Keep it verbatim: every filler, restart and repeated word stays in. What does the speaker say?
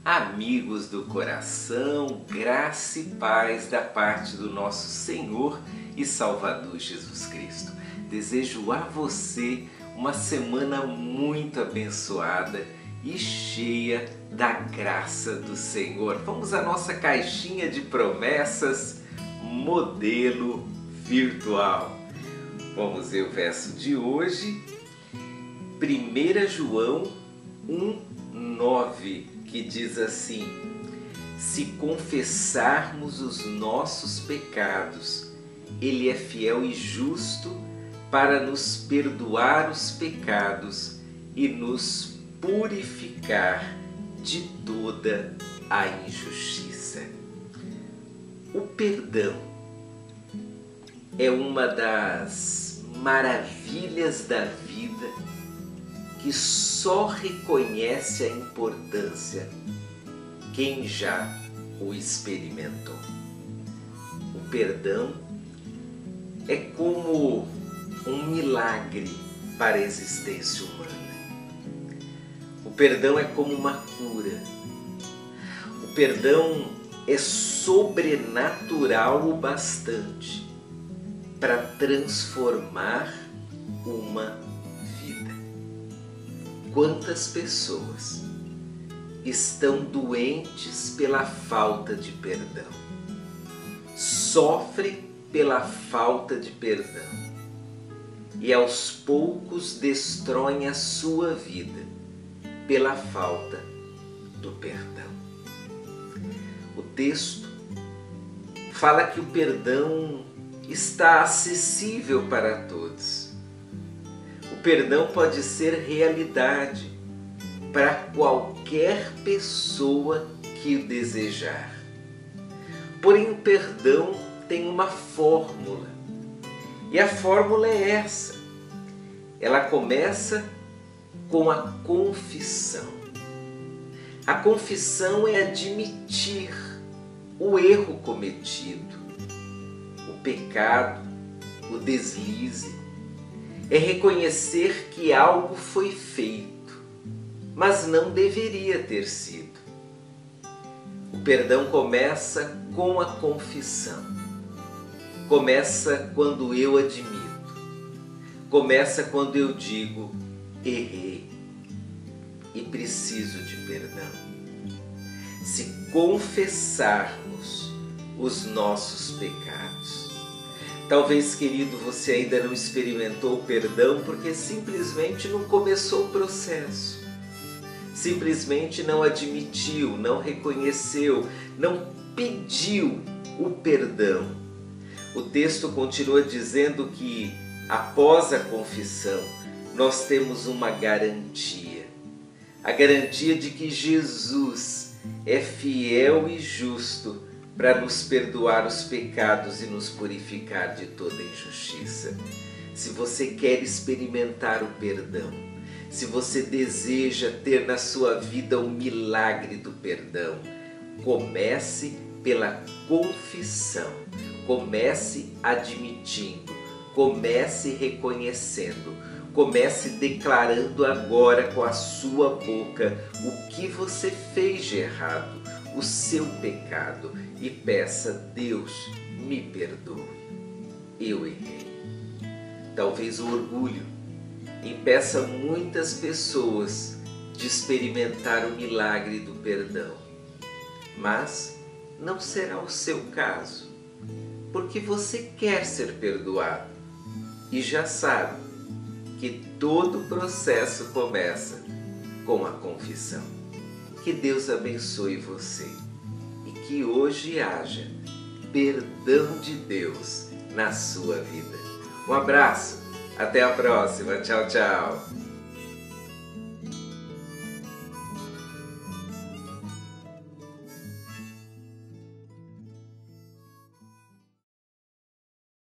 Amigos do coração, graça e paz da parte do nosso Senhor e Salvador Jesus Cristo. Desejo a você uma semana muito abençoada e cheia da graça do Senhor. Vamos à nossa caixinha de promessas, modelo virtual. Vamos ver o verso de hoje, primeira João um, nove, que diz assim: se confessarmos os nossos pecados, Ele é fiel e justo para nos perdoar os pecados e nos purificar de toda a injustiça. O perdão é uma das maravilhas da vida que só reconhece a importância quem já o experimentou. O perdão é como um milagre para a existência humana. O perdão é como uma cura. O perdão é sobrenatural o bastante para transformar uma vida. Quantas pessoas estão doentes pela falta de perdão, sofrem pela falta de perdão e aos poucos destroem a sua vida pela falta do perdão. O texto fala que o perdão está acessível para todos. O perdão pode ser realidade para qualquer pessoa que o desejar. Porém, o perdão tem uma fórmula. E a fórmula é essa. Ela começa com a confissão. A confissão é admitir o erro cometido, o pecado, o deslize. É reconhecer que algo foi feito, mas não deveria ter sido. O perdão começa com a confissão. Começa quando eu admito. Começa quando eu digo: errei e preciso de perdão. Se confessarmos os nossos pecados. Talvez, querido, você ainda não experimentou o perdão porque simplesmente não começou o processo. Simplesmente não admitiu, não reconheceu, não pediu o perdão. O texto continua dizendo que, após a confissão, nós temos uma garantia. A garantia de que Jesus é fiel e justo para nos perdoar os pecados e nos purificar de toda injustiça. Se você quer experimentar o perdão, se você deseja ter na sua vida o milagre do perdão, comece pela confissão, comece admitindo, comece reconhecendo, comece declarando agora com a sua boca o que você fez de errado, o seu pecado, e peça: Deus, me perdoe, eu errei. Talvez o orgulho impeça muitas pessoas de experimentar o milagre do perdão, mas não será o seu caso, porque você quer ser perdoado e já sabe que todo o processo começa com a confissão. Que Deus abençoe você e que hoje haja perdão de Deus na sua vida. Um abraço, até a próxima, tchau, tchau.